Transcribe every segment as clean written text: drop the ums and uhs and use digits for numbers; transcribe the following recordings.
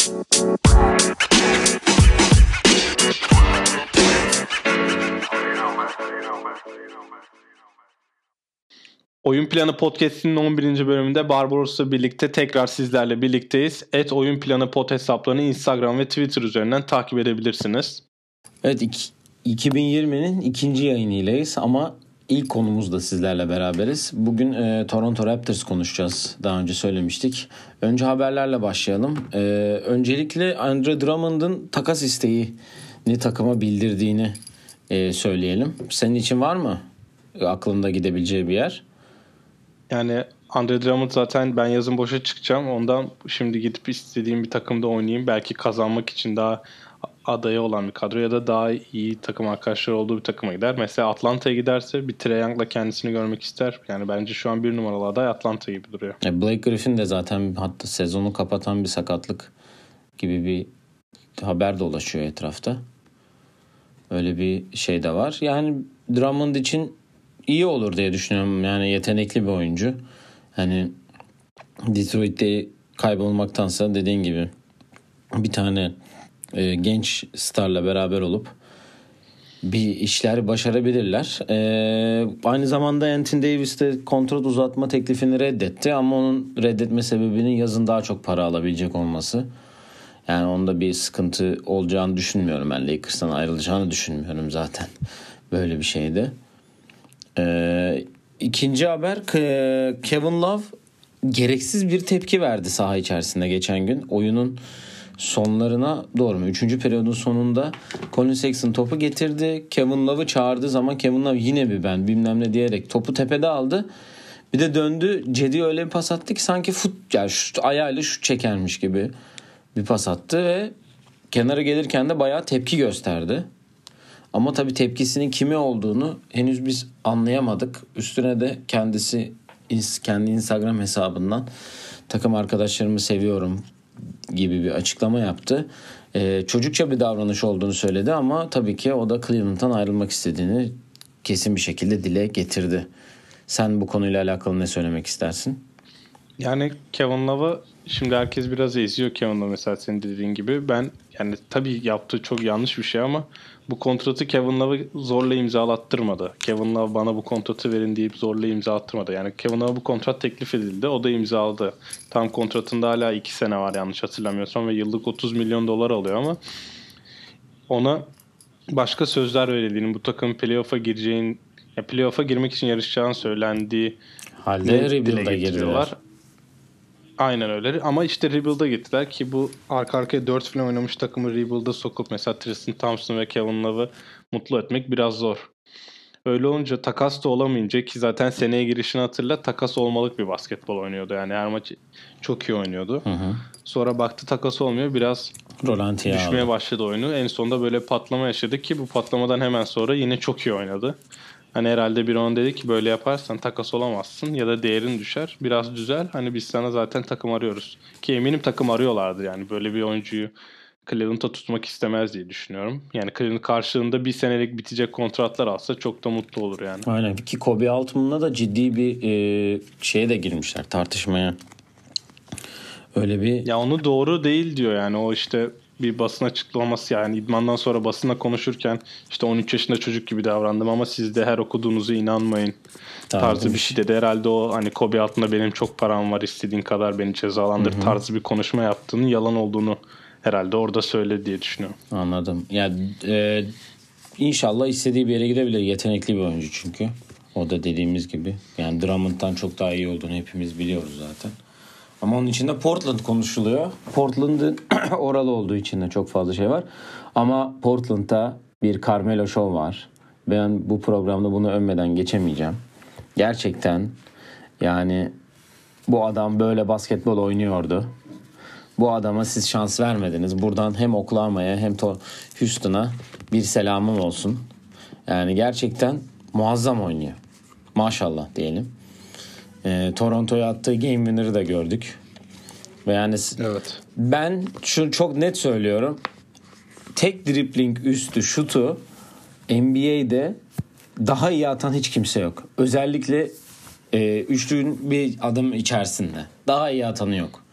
Oyun Planı Podcast'inin 11. bölümünde Barbaros'la birlikte tekrar sizlerle birlikteyiz. Oyun Planı Pod hesaplarını Instagram ve Twitter üzerinden takip edebilirsiniz. Evet, 2020'nin ikinci yayınıylayız ama ilk konumuzda sizlerle beraberiz. Bugün Toronto Raptors konuşacağız. Daha önce söylemiştik. Önce haberlerle başlayalım. Öncelikle Andre Drummond'un takas isteğini takıma bildirdiğini söyleyelim. Senin için var mı aklında gidebileceği bir yer? Yani Andre Drummond zaten ben yazın boşa çıkacağım. Ondan şimdi gidip istediğim bir takımda oynayayım. Belki kazanmak için daha adayı olan bir kadro ya da daha iyi takım arkadaşları olduğu bir takıma gider. Mesela Atlanta'ya giderse bir Trae Young'la kendisini görmek ister. Yani bence şu an 1 numaralı aday Atlanta gibi duruyor. Blake Griffin de zaten hatta sezonu kapatan bir sakatlık gibi bir haber dolaşıyor etrafta. Öyle bir şey de var. Yani Drummond için iyi olur diye düşünüyorum. Yani yetenekli bir oyuncu. Hani Detroit'te kaybolmaktansa dediğin gibi bir tane genç starla beraber olup bir işler başarabilirler. Aynı zamanda Anthony Davis de kontrat uzatma teklifini reddetti ama onun reddetme sebebinin yazın daha çok para alabilecek olması. Yani onda bir sıkıntı olacağını düşünmüyorum ben. Lakers'tan ayrılacağını düşünmüyorum zaten. Böyle bir şeydi. İkinci haber, Kevin Love gereksiz bir tepki verdi saha içerisinde geçen gün. Oyunun sonlarına doğru mu? 3. periyodun sonunda Colin Sexton topu getirdi. Kevin Love'ı çağırdığı zaman Kevin Love yine bir ben bilmem ne diyerek topu tepede aldı. Bir de döndü. Cedi öyle bir pas attı ki sanki yani ayağıyla şut çekermiş gibi bir pas attı ve kenara gelirken de bayağı tepki gösterdi. Ama tabii tepkisinin kimi olduğunu henüz biz anlayamadık. Üstüne de kendisi kendi Instagram hesabından takım arkadaşlarımı seviyorum gibi bir açıklama yaptı. Çocukça bir davranış olduğunu söyledi ama tabii ki o da Cleveland'dan ayrılmak istediğini kesin bir şekilde dile getirdi. Sen bu konuyla alakalı ne söylemek istersin? Yani Kevin Love'ı şimdi herkes biraz eziyor Kevin Love mesela senin dediğin gibi. Ben yani tabii yaptığı çok yanlış bir şey ama bu kontratı Kevin Love'ı zorla imzalattırmadı. Kevin Love bana bu kontratı verin deyip zorla imzalattırmadı. Yani Kevin Love bu kontrat teklif edildi. O da imzaladı. Tam kontratında hala 2 sene var yanlış hatırlamıyorsam ve yıllık 30 milyon dolar alıyor ama ona başka sözler verildiğini, bu takım playoff'a gireceğin, playoff'a girmek için yarışacağını söylendiği halde rebuild'a girdiler. Aynen öyle ama işte rebuild'a gittiler ki bu arka arkaya 4 falan oynamış takımı rebuild'a sokup mesela Tristan Thompson ve Kevin Love'ı mutlu etmek biraz zor. Öyle olunca takas da olamayınca ki zaten seneye girişini hatırla takas olmalık bir basketbol oynuyordu. Yani her maç çok iyi oynuyordu. Hı. Sonra baktı takas olmuyor biraz Rolantiye düşmeye aldı. başladı oyunu. En sonunda böyle patlama yaşadı ki bu patlamadan hemen sonra yine çok iyi oynadı. Hani herhalde bir ona dedi ki böyle yaparsan takas olamazsın ya da değerin düşer. Biraz düzel. Hani biz sana zaten takım arıyoruz. Ki eminim takım arıyorlardı yani. Böyle bir oyuncuyu Cleveland'a tutmak istemez diye düşünüyorum. Yani Cleveland karşılığında bir senelik bitecek kontratlar alsa çok da mutlu olur yani. Aynen ki Kobe Altman'la da ciddi bir şeye de girmişler tartışmaya. Öyle bir... Ya onu doğru değil diyor yani. O işte bir basın açıklaması yani idmandan sonra basınla konuşurken işte 13 yaşında çocuk gibi davrandım ama siz de her okuduğunuzu inanmayın tarzı bir şey dedi. Herhalde o hani Kobe altında benim çok param var istediğin kadar beni cezalandır tarzı bir konuşma yaptığının yalan olduğunu herhalde orada söyledi diye düşünüyorum. Anladım. Yani inşallah istediği bir yere gidebilir. Yetenekli bir oyuncu çünkü. O da dediğimiz gibi. Yani Drummond'dan çok daha iyi olduğunu hepimiz biliyoruz zaten. Ama onun içinde Portland konuşuluyor. Portland'ın oralı olduğu için de çok fazla şey var. Ama Portland'da bir Carmelo Show var. Ben bu programda bunu övmeden geçemeyeceğim. Gerçekten yani bu adam böyle basketbol oynuyordu. Bu adama siz şans vermediniz. Buradan hem Oklahoma'ya hem Houston'a bir selamım olsun. Yani gerçekten muazzam oynuyor. Maşallah diyelim. Toronto'ya attığı game winner'ı da gördük. Ve yani evet. Ben şunu çok net söylüyorum. Tek dribbling üstü şutu NBA'de daha iyi atan hiç kimse yok. Özellikle üçlünün bir adım içerisinde. Daha iyi atanı yok.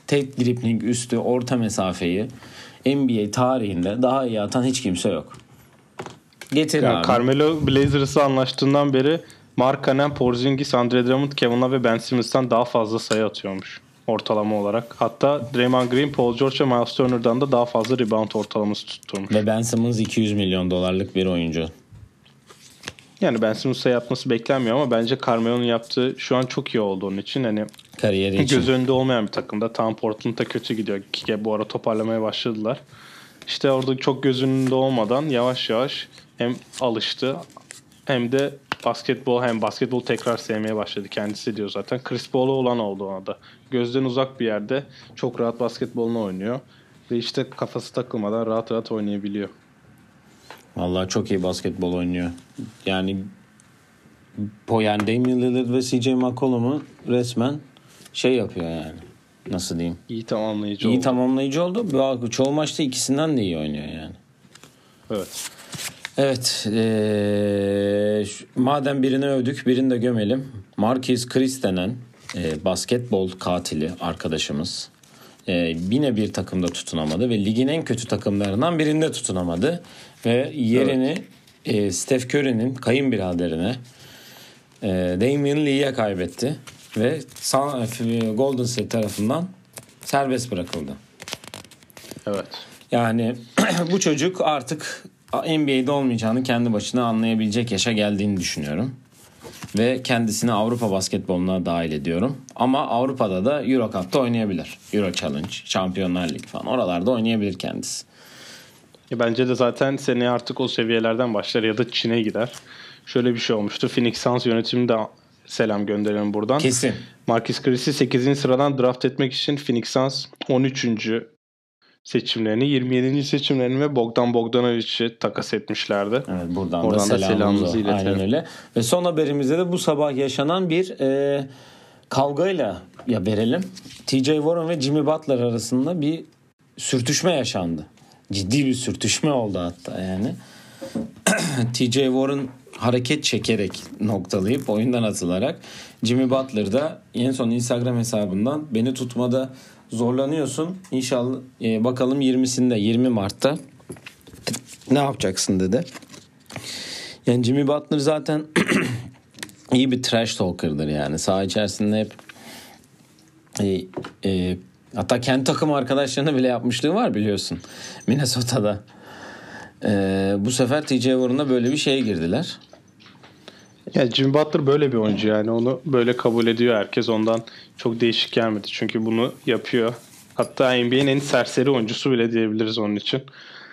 tek dribbling üstü orta mesafeyi NBA tarihinde daha iyi atan hiç kimse yok. Getir Yani abi. Carmelo Blazers'la anlaştığından beri Markkanen, Porzingis, Andre Drummond, Kevin Love ve Ben Simmons'tan daha fazla sayı atıyormuş ortalama olarak. Hatta Draymond Green, Paul George ve Miles Turner'dan da daha fazla rebound ortalaması tutturmuş. Ve Ben Simmons $200 milyon bir oyuncu. Yani Ben Simmons'a yapması beklenmiyor ama bence Carmelo'nun yaptığı şu an çok iyi oldu onun için. Hani Kariyeri için. göz önünde olmayan bir takımda. Tam Portland'da kötü gidiyor. Ki bu ara toparlamaya başladılar. İşte orada çok göz önünde olmadan yavaş yavaş hem alıştı hem de basketbol tekrar sevmeye başladı. Kendisi diyor zaten. Chris Paul'a olan oldu ona da. Gözden uzak bir yerde çok rahat basketbolunu oynuyor. Ve işte kafası takılmadan rahat rahat oynayabiliyor. Vallahi çok iyi basketbol oynuyor. Yani Damian Lillard ve CJ McCollum'u resmen şey yapıyor yani. Nasıl diyeyim? İyi tamamlayıcı İyi oldu. tamamlayıcı oldu. Çoğu maçta ikisinden de iyi oynuyor yani. Evet. Evet. Madem birini övdük, birini de gömelim. Marquise Chris denen basketbol katili arkadaşımız yine bir takımda tutunamadı ve ligin en kötü takımlarından birinde tutunamadı. Ve yerini Steph Curry'nin kayınbiraderine Damian Lee'ye kaybetti. Ve Golden State tarafından serbest bırakıldı. Evet. Yani bu çocuk artık NBA'de olmayacağını kendi başına anlayabilecek yaşa geldiğini düşünüyorum. Ve kendisini Avrupa basketboluna dahil ediyorum. Ama Avrupa'da da Euro Cup'ta oynayabilir. Euro Challenge, Şampiyonlar Ligi falan. Oralarda oynayabilir kendisi. Bence de zaten seneye artık o seviyelerden başlar ya da Çin'e gider. Şöyle bir şey olmuştu. Phoenix Suns yönetimi de selam gönderelim buradan. Kesin. Marquise Chris'i 8. sıradan draft etmek için Phoenix Suns 13. seçimlerini, 27. seçimlerini ve Bogdan Bogdanovic'i takas etmişlerdi. Evet, buradan Oradan da da selamımızı iletelim. Aynen öyle. Ve son haberimizde de bu sabah yaşanan bir kavgayla verelim. TJ Warren ve Jimmy Butler arasında bir sürtüşme yaşandı. Ciddi bir sürtüşme oldu hatta yani. TJ Warren hareket çekerek noktalayıp oyundan atılarak, Jimmy Butler da en son Instagram hesabından beni tutmada zorlanıyorsun. İnşallah bakalım 20 Mart'ta ne yapacaksın dedi. Yani Jimmy Butler zaten iyi bir trash talker'dır yani. Saha içerisinde hep hatta kendi takım arkadaşlarına bile yapmışlığı var biliyorsun. Minnesota'da. Bu sefer TJ Warren'a böyle bir şeye girdiler. Ya Jimmy Butler böyle bir oyuncu yani. Onu böyle kabul ediyor herkes. Ondan çok değişik gelmedi. Çünkü bunu yapıyor. Hatta NBA'nin en serseri oyuncusu bile diyebiliriz onun için.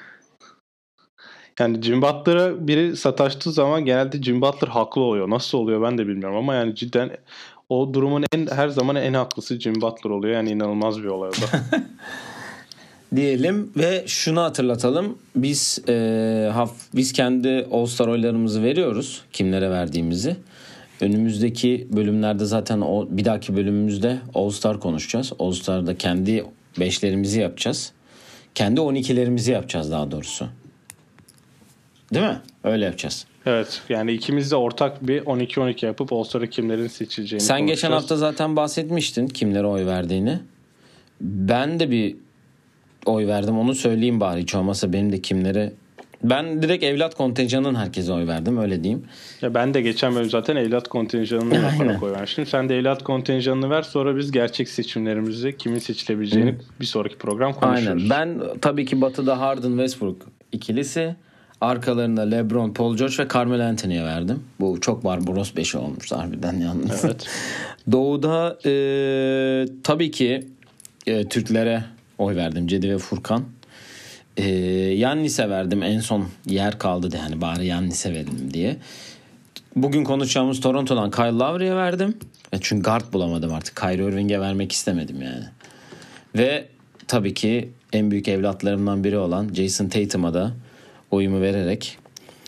Yani Jimmy Butler'a biri sataştığı zaman genelde Jimmy Butler haklı oluyor. Nasıl oluyor ben de bilmiyorum ama yani cidden o durumun her zaman en haklısı Jimmy Butler oluyor. Yani inanılmaz bir olay o da. Diyelim ve şunu hatırlatalım. Biz kendi All-Star oylarımızı veriyoruz. Kimlere verdiğimizi. Önümüzdeki bölümlerde zaten bir dahaki bölümümüzde All-Star konuşacağız. All-Star'da kendi 5'lerimizi yapacağız. Kendi 12'lerimizi yapacağız daha doğrusu. Değil mi? Öyle yapacağız. Evet. Yani ikimiz de ortak bir 12-12 yapıp All-Star'ı kimlerin seçileceğini Sen konuşacağız. geçen hafta zaten bahsetmiştin kimlere oy verdiğini. Ben de bir oy verdim. Onu söyleyeyim bari. Hiç olmazsa benim de kimlere... Ben direkt evlat kontenjanının herkese oy verdim. Öyle diyeyim. Ya ben de geçen bölüm zaten evlat kontenjanını yaparak oy vermiştim. Sen de evlat kontenjanını ver. Sonra biz gerçek seçimlerimizi kimin seçilebileceğini bir sonraki program konuşuruz. Aynen. Ben tabii ki Batı'da Harden Westbrook ikilisi. Arkalarında LeBron, Paul George ve Carmelo Anthony'ye verdim. Bu çok Barbaros 5'i olmuş harbiden yalnız. Evet. Doğu'da tabii ki Türklere oy verdim. Cedi ve Furkan. Yannis'e verdim. En son yer kaldı de hani bari Yannis'e verelim diye. Bugün konuşacağımız Toronto'dan Kyle Lowry'e verdim. Çünkü guard bulamadım artık. Kyrie Irving'e vermek istemedim yani. Ve tabii ki en büyük evlatlarımdan biri olan Jason Tatum'a da oyumu vererek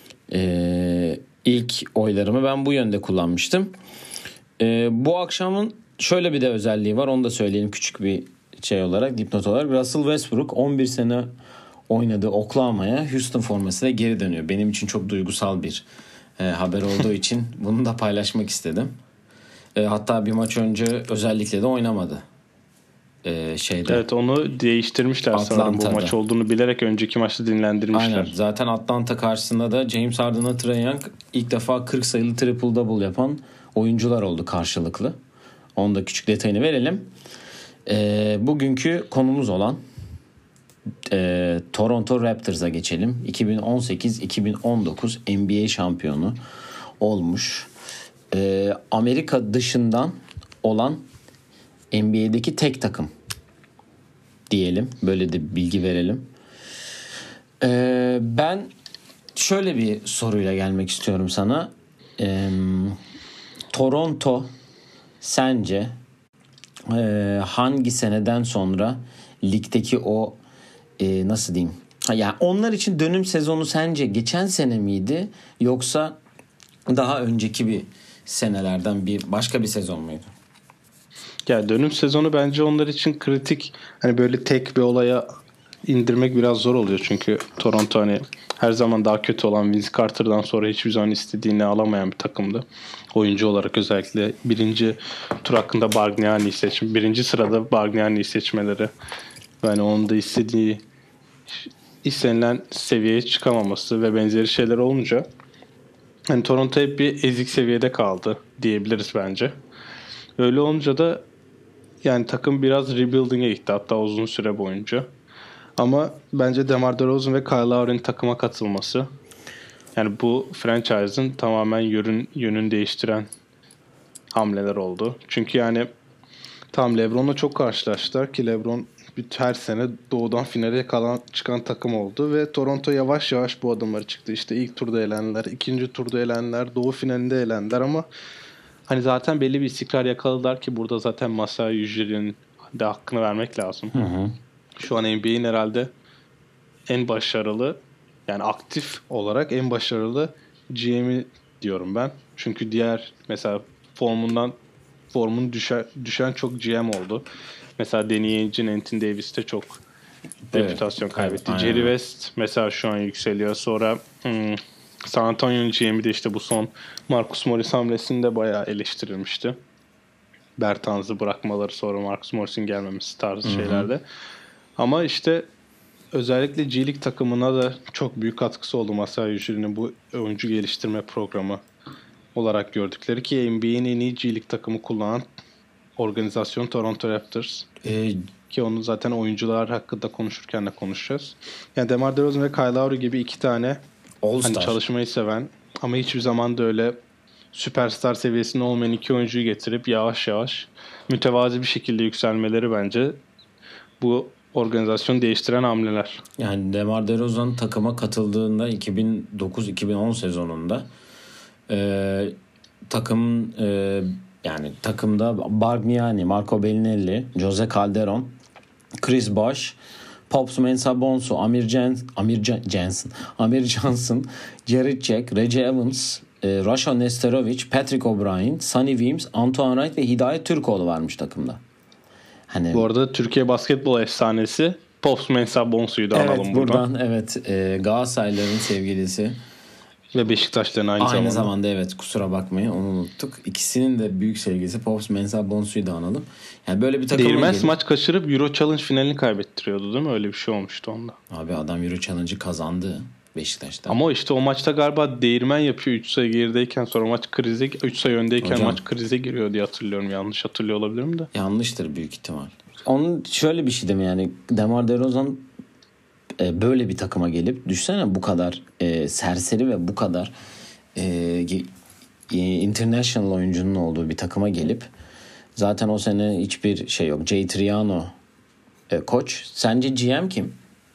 ilk oylarımı ben bu yönde kullanmıştım. Bu akşamın şöyle bir de özelliği var. Onu da söyleyelim küçük bir şey olarak, dipnot olarak. Russell Westbrook 11 sene oynadığı Oklahoma'ya Houston formasıyla geri dönüyor. Benim için çok duygusal bir haber olduğu için bunu da paylaşmak istedim. Hatta bir maç önce özellikle de oynamadı. Şeyde. Evet, onu değiştirmişler sanırım. Bu maç olduğunu bilerek önceki maçta dinlendirmişler. Aynen. Zaten Atlanta karşısında da James Harden'la Trae Young ilk defa 40 sayılı triple double yapan oyuncular oldu karşılıklı. Onun da küçük detayını verelim. Bugünkü konumuz olan Toronto Raptors'a geçelim. 2018-2019 NBA şampiyonu olmuş. Amerika dışından olan NBA'deki tek takım diyelim. Böyle de bilgi verelim. Ben şöyle bir soruyla gelmek istiyorum sana. Toronto sence hangi seneden sonra ligdeki o nasıl diyeyim? Yani onlar için dönüm sezonu sence geçen sene miydi yoksa daha önceki bir senelerden başka bir sezon muydu? Ya dönüm sezonu bence onlar için kritik. Hani böyle tek bir olaya indirmek biraz zor oluyor. Çünkü Toronto hani her zaman daha kötü olan Vince Carter'dan sonra hiçbir zaman istediğini alamayan bir takımdı. Oyuncu olarak özellikle birinci tur hakkında birinci sırada Bargnani'yi seçmeleri. Yani onun da istenilen seviyeye çıkamaması ve benzeri şeyler olunca hani Toronto hep bir ezik seviyede kaldı diyebiliriz bence. Öyle olunca da yani takım biraz rebuilding'e gitti hatta uzun süre boyunca. Ama bence DeMar DeRozan ve Kyle Lowry'nin takıma katılması yani bu franchise'ın tamamen yönünü değiştiren hamleler oldu. Çünkü yani tam LeBron'la çok karşılaştılar ki LeBron her sene doğudan finale çıkan takım oldu ve Toronto yavaş yavaş bu adımları çıktı. İşte ilk turda elendiler, ikinci turda elendiler, doğu finalinde elendiler ama hani zaten belli bir istikrar yakaladılar ki burada zaten Masai Ujiri'nin de hakkını vermek lazım. Hı hı. Şu an NBA'in herhalde en başarılı yani aktif olarak en başarılı GM'i diyorum ben. Çünkü diğer mesela formun düşen çok GM oldu. Mesela Danny Ainge, Anthony Davis de çok reputasyon kaybetti. Evet, Jerry West mesela şu an yükseliyor. Sonra San Antonio'nun GM'i de işte bu son Marcus Morris hamlesinde bayağı eleştirilmişti. Bertans'ı bırakmaları sonra Marcus Morris'in gelmemesi tarzı şeylerde. Ama işte özellikle G League takımına da çok büyük katkısı oldu Masai Ujiri'nin bu oyuncu geliştirme programı olarak gördükleri ki NBA'nin en iyi G League takımı kullanan organizasyon Toronto Raptors. Ki onu zaten oyuncular hakkında konuşurken de konuşacağız. Yani DeMar DeRozan ve Kyle Lowry gibi iki tane hani çalışmayı seven ama hiçbir zaman da öyle süperstar seviyesinde olmayan iki oyuncuyu getirip yavaş yavaş mütevazi bir şekilde yükselmeleri bence bu organizasyonu değiştiren hamleler. Yani DeMar DeRozan takıma katıldığında 2009-2010 sezonunda takımda Bargnani, Marco Bellinelli, Jose Calderon, Chris Bosh, Pops Mensah Bonsu, Amir Johnson, Jared Jack, Reggie Evans, Rasha Nesterovic, Patrick O'Brien, Sonny Weems, Antoine Wright ve Hidayet Türkoğlu varmış takımda. Hani bu arada Türkiye basketbol efsanesi Pops Mensah Bonsu'yu da analım buradan. Evet, Galatasaraylıların sevgilisi. Ve Beşiktaşların aynı zamanda evet, kusura bakmayın onu unuttuk. İkisinin de büyük sevgilisi Pops Mensah Bonsu'yu da analım. Yani böyle bir takıma Değirmez maç kaçırıp Euro Challenge finalini kaybettiriyordu değil mi? Öyle bir şey olmuştu onda. Abi adam Euro Challenge'ı kazandı Beşiktaş'ta. Ama işte o maçta galiba değirmen yapıyor 3 sayı gerideyken sonra maç 3 sayı öndeyken maç krize giriyor diye hatırlıyorum. Yanlış hatırlıyor olabilirim de. Yanlıştır büyük ihtimal. Onun şöyle bir şey de mi yani DeMar DeRozan böyle bir takıma gelip düşünsene bu kadar serseri ve bu kadar international oyuncunun olduğu bir takıma gelip zaten o sene hiçbir şey yok. Jay Triano koç. Sence GM kim?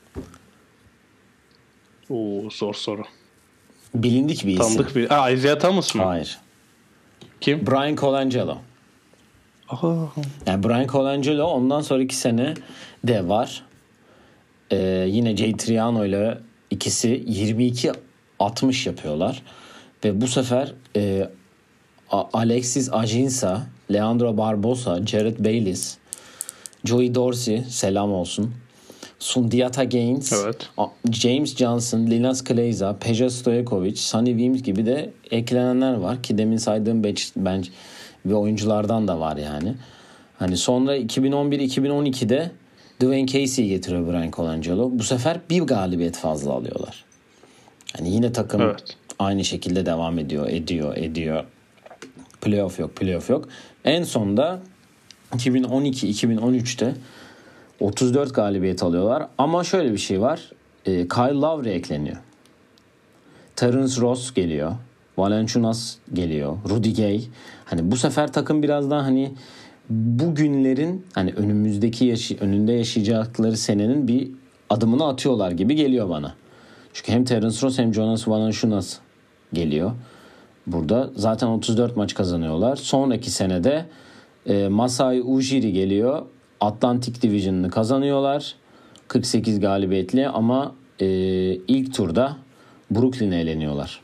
Zor soru. Bilindik bir isim. Tanıdık bir. Isaiah Thomas mı? Hayır. Kim? Brian Colangelo. Yani Brian Colangelo ondan sonraki sene de var. Yine Jay Triano ile ikisi 22-60 yapıyorlar. Ve bu sefer Alexis Ajinça, Leandro Barbosa, Jared Bayless, Joey Dorsey selam olsun, Sundiata Gaines, evet. James Johnson, Linas Kleiza, Peja Stojakovic, Sonny Weems gibi de eklenenler var ki demin saydığım bench ve oyunculardan da var yani. Hani sonra 2011-2012'de Dwayne Casey'i getiriyor Brian Colangelo. Bu sefer bir galibiyet fazla alıyorlar. Hani yine takım aynı şekilde devam ediyor. Playoff yok. En sonda 2012-2013'te 34 galibiyet alıyorlar. Ama şöyle bir şey var. Kyle Lowry ekleniyor. Terence Ross geliyor. Valanciunas geliyor. Rudy Gay. Hani bu sefer takım biraz daha hani bu günlerin hani önünde yaşayacakları senenin bir adımını atıyorlar gibi geliyor bana. Çünkü hem Terence Ross hem Jonas Valanciunas geliyor. Burada zaten 34 maç kazanıyorlar. Sonraki senede Masai Ujiri geliyor. Atlantic Division'ını kazanıyorlar. 48 galibiyetli ama ilk turda Brooklyn'e eleniyorlar.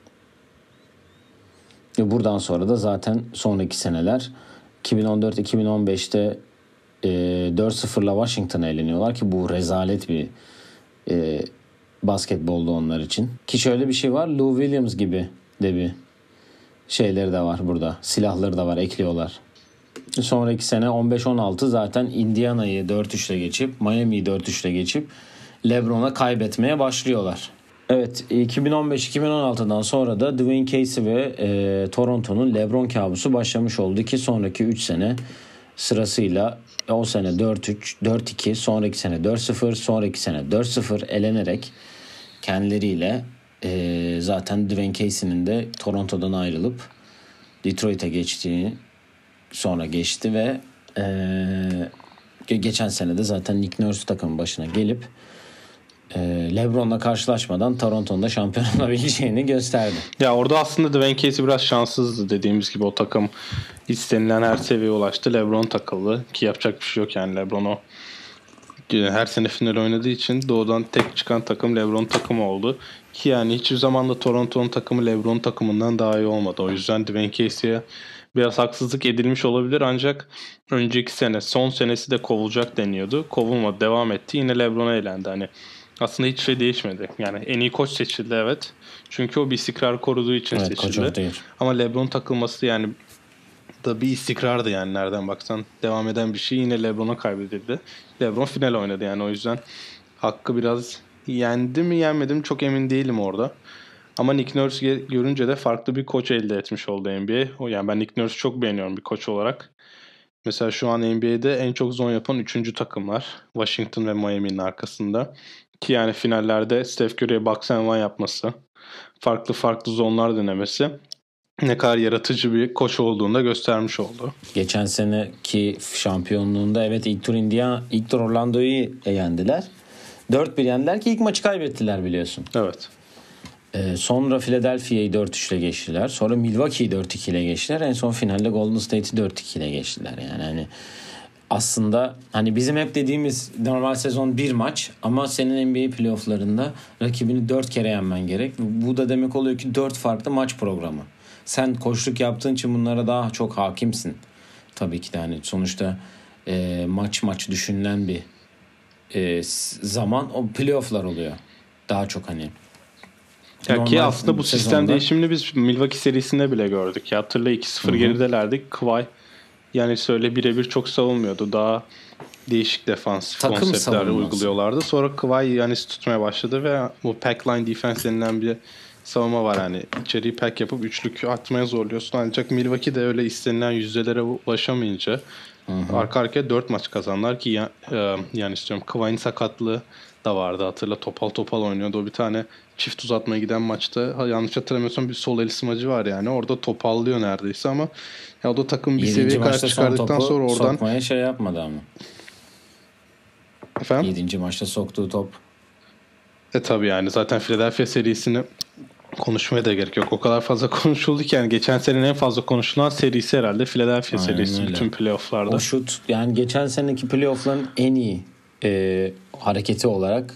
Buradan sonra da zaten sonraki seneler 2014-2015'te 4-0'la Washington'a eleniyorlar ki bu rezalet bir basketboldu onlar için. Ki şöyle bir şey var. Lou Williams gibi de bir şeyleri de var burada. Silahları da var. Ekliyorlar. Sonraki sene 15-16 zaten Indiana'yı 4-3'le geçip Miami'yi 4-3'le geçip LeBron'a kaybetmeye başlıyorlar. Evet, 2015-2016'dan sonra da Dwayne Casey ve Toronto'nun LeBron kabusu başlamış oldu ki sonraki 3 sene sırasıyla o sene 4-3, 4-2, sonraki sene 4-0, sonraki sene 4-0 elenerek kendileriyle zaten Dwayne Casey'nin de Toronto'dan ayrılıp Detroit'e geçtiğini sonra geçti ve geçen sene de zaten Nick Nurse takımın başına gelip LeBron'la karşılaşmadan Toronto'nun da şampiyon olabileceğini gösterdi. Ya orada aslında Dwayne Casey biraz şanssızdı dediğimiz gibi o takım istenilen her seviyeye ulaştı. LeBron takıldı ki yapacak bir şey yok yani LeBron o her sene final oynadığı için doğudan tek çıkan takım LeBron takımı oldu. Ki yani hiçbir zaman da Toronto'nun takımı LeBron takımından daha iyi olmadı. O yüzden Dwayne Casey'ye biraz haksızlık edilmiş olabilir ancak önceki sene son senesi de kovulacak deniyordu. Kovulmadı, devam etti. Yine LeBron'a elendi. Hani aslında hiç şey değişmedi. Yani en iyi koç seçildi evet. Çünkü o bir istikrar koruduğu için seçildi. Ama LeBron takılması yani da bir istikrardı yani nereden baksan. Devam eden bir şey yine LeBron'a kaybedildi. LeBron final oynadı yani o yüzden hakkı biraz yendi mi yenmedi mi çok emin değilim orada. Ama Nick Nurse görünce de farklı bir koç elde etmiş oldu NBA. O yani ben Nick Nurse'u çok beğeniyorum bir koç olarak. Mesela şu an NBA'de en çok zon yapan 3. takımlar. Washington ve Miami'nin arkasında. Ki yani finallerde Steph Curry'e box and one yapması, farklı zonlar denemesi ne kadar yaratıcı bir koç olduğunu da göstermiş oldu. Geçen seneki şampiyonluğunda evet ilk tur Orlando'yu yendiler. 4-1 yendiler ki ilk maçı kaybettiler biliyorsun. Evet. Sonra Philadelphia'yı 4-3 ile geçtiler. Sonra Milwaukee'yi 4-2 ile geçtiler. En son finalde Golden State'i 4-2 ile geçtiler. Yani hani aslında hani bizim hep dediğimiz normal sezon bir maç ama senin NBA playofflarında rakibini 4 kere yenmen gerek. Bu da demek oluyor ki 4 farklı maç programı. Sen koçluk yaptığın için bunlara daha çok hakimsin. Tabii ki de hani sonuçta maç düşünülen bir zaman o playofflar oluyor. Daha çok hani. Ya ki aslında bu sistem değişimini biz Milwaukee serisinde bile gördük. Ya hatırla 2-0 geridelerdik. Kawhi yani söyle birebir çok savunmuyordu. Daha değişik defans konseptler uyguluyorlardı. Sonra Kawhi yani tutmaya başladı ve bu pack line defense denilen bir savunma var. Yani içeriği pack yapıp üçlük atmaya zorluyorsun. Ancak Milwaukee de öyle istenilen yüzdelere ulaşamayınca arka arkaya 4 maç kazandılar ki yani istiyorum Kawhi'nin sakatlığı da vardı. Hatırla topal oynuyordu. O bir tane çift uzatmaya giden maçta yanlış hatırlamıyorsam bir sol el smacı var yani. Orada topallıyor neredeyse ama ya o da takım bir seviye kadar çıkardıktan sonra oradan sokmaya şey yapmadı ama. Efendim? 7. maçta soktuğu top. Tabii yani zaten Philadelphia serisini konuşmaya da gerek yok. O kadar fazla konuşuldu ki yani geçen senenin en fazla konuşulan serisi herhalde Philadelphia serisi öyle. Bütün playoff'larda. O şut yani geçen seneki playoff'ların en iyi hareketi olarak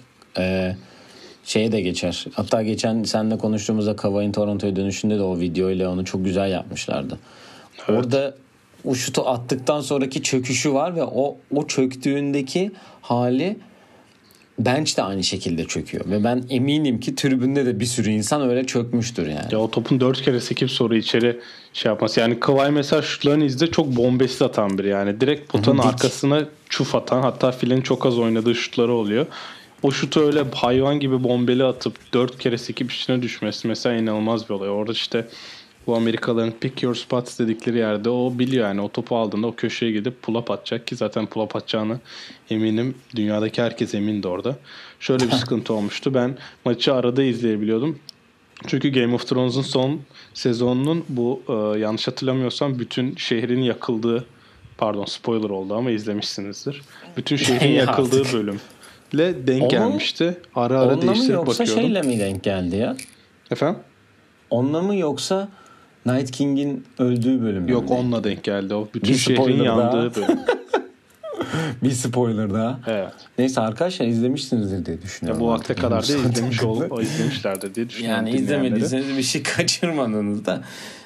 şeye de geçer. Hatta geçen seninle konuştuğumuzda Kawhi'nin Toronto'ya dönüşünde de o videoyla onu çok güzel yapmışlardı. Evet. Orada o şutu attıktan sonraki çöküşü var ve o çöktüğündeki hali bench de aynı şekilde çöküyor. Ve ben eminim ki tribünde de bir sürü insan öyle çökmüştür yani. Ya o topun 4 kere sekip sonra içeri şey yapması. Yani Kawhi mesela şutlarını izle, çok bombesiz atan biri yani. Direkt potanın arkasına çuf atan, hatta filin çok az oynadığı şutları oluyor. O şutu öyle hayvan gibi bombeli atıp 4 kere sekip içine düşmesi mesela inanılmaz bir olay. Orada işte bu Amerikalıların pick your spots dedikleri yerde o biliyor yani, o topu aldığında o köşeye gidip pull up atacak ki zaten pull up atacağını eminim. Dünyadaki herkes emindi orada. Şöyle bir sıkıntı olmuştu. Ben maçı arada izleyebiliyordum. Çünkü Game of Thrones'un son sezonunun bu yanlış hatırlamıyorsam bütün şehrin yakıldığı, pardon spoiler oldu ama izlemişsinizdir. Bütün şehrin yakıldığı bölümle denk gelmişti. Ara ara değiştirip bakıyordum. Yoksa şeyle mi denk geldi ya? Efendim? Onunla mı yoksa Night King'in öldüğü bölüm mü? Yok, onunla denk geldi o. Bütün şehrin yandığı bölüm. Bir spoiler daha. Evet. Neyse arkadaşlar, izlemişsinizdir diye düşünüyorum. Ya bu vakte kadar da izlemişlerdir diye düşünüyorum. Yani izlemediyseniz bir şey kaçırmadınız da.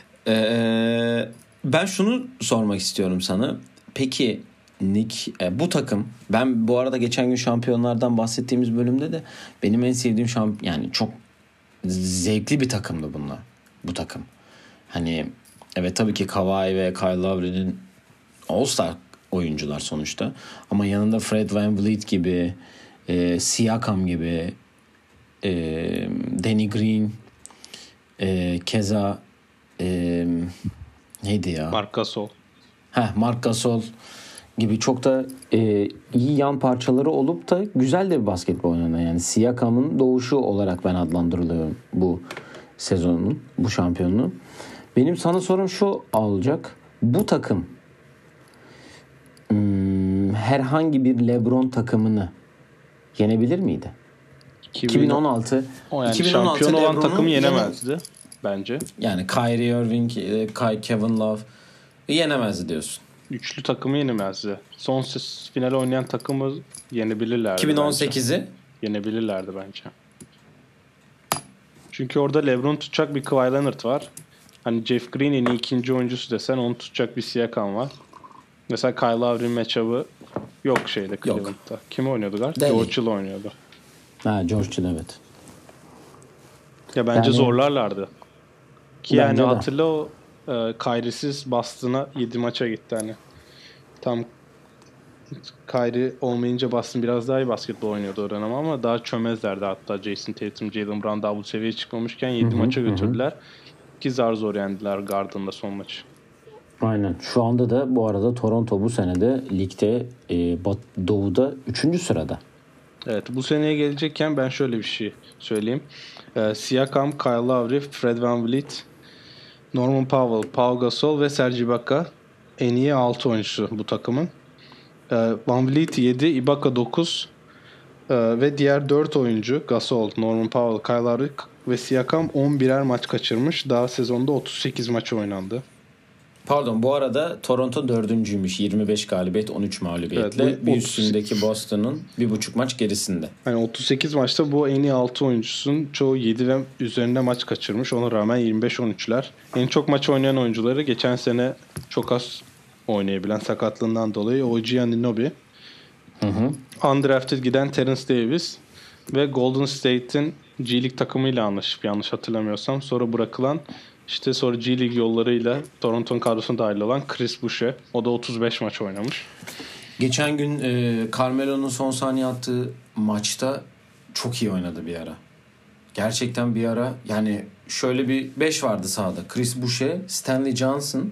Ben şunu sormak istiyorum sana. Peki Nick, bu takım, ben bu arada geçen gün şampiyonlardan bahsettiğimiz bölümde de benim en sevdiğim yani çok zevkli bir takımdı bunlar. Bu takım. Hani evet, tabii ki Kawhi ve Kyle Lowry'nin All-Star oyuncular sonuçta. Ama yanında Fred VanVleet gibi, Siakam gibi, Danny Green, keza neydi ya? Marc Gasol. Marc Gasol gibi çok da iyi yan parçaları olup da güzel de bir basketbol oynanan, yani Siakam'ın doğuşu olarak ben adlandırılıyorum bu sezonun, bu şampiyonluğun. Benim sana sorum şu olacak. Bu takım herhangi bir LeBron takımını yenebilir miydi? 2016 yani şampiyon olan takımı yenemezdi bence. Yani Kyrie Irving, Kevin Love yenemezdi diyorsun. Üçlü takımı yenemezdi. Son final oynayan takımı yenebilirlerdi. 2018'i bence. Yenebilirlerdi bence. Çünkü orada LeBron tutacak bir Kawhi Leonard var. Hani Jeff Green en iyi ikinci oyuncusu desen onu tutacak bir Siakam var. Mesela Kyle Lowry'nin matchup'ı yok şeyde, Cleveland'da. Kim oynuyordu galiba? George Hill oynuyordu. George Hill, evet. Ya bence yani, zorlarlardı. Ki yani de. Hatırla o Kyrie'siz Boston'a 7 maça gitti hani. Tam Kyrie olmayınca Boston biraz daha iyi basketbol oynuyordu o dönem ama daha çömezlerdi, hatta Jason Tatum, Jaylen Brown daha bu seviyeye çıkmamışken 7 maça götürdüler. Ki zor yendiler Garden'da son maçı. Aynen. Şu anda da bu arada Toronto bu senede ligde Doğu'da 3. sırada. Evet, bu seneye gelecekken ben şöyle bir şey söyleyeyim. Siakam, Kyle Lowry, Fred VanVleet, Norman Powell, Pau Gasol ve Serge Ibaka en iyi 6 oyuncusu bu takımın. VanVleet 7, Ibaka 9 ve diğer 4 oyuncu Gasol, Norman Powell, Kyle Lowry ve Siakam 11'er maç kaçırmış. Daha sezonda 38 maç oynandı. Pardon, bu arada Toronto 4.'üymüş. 25 galibiyet 13 mağlubiyetle. Evet, bir üstündeki Boston'un 1.5 maç gerisinde. Yani 38 maçta bu en iyi 6 oyuncusun çoğu 7 ve üzerinde maç kaçırmış. Ona rağmen 25-13'ler. En çok maç oynayan oyuncuları geçen sene çok az oynayabilen sakatlığından dolayı OG Anunoby. Undrafted giden Terence Davis ve Golden State'in G League takımıyla anlaşıp, yanlış hatırlamıyorsam, sonra bırakılan, sonra G League yollarıyla Toronto'nun kadrosuna dahil olan Chris Boucher. O da 35 maç oynamış. Geçen gün Carmelo'nun son saniye attığı maçta çok iyi oynadı bir ara. Gerçekten bir ara, yani şöyle bir 5 vardı sahada. Chris Boucher, Stanley Johnson,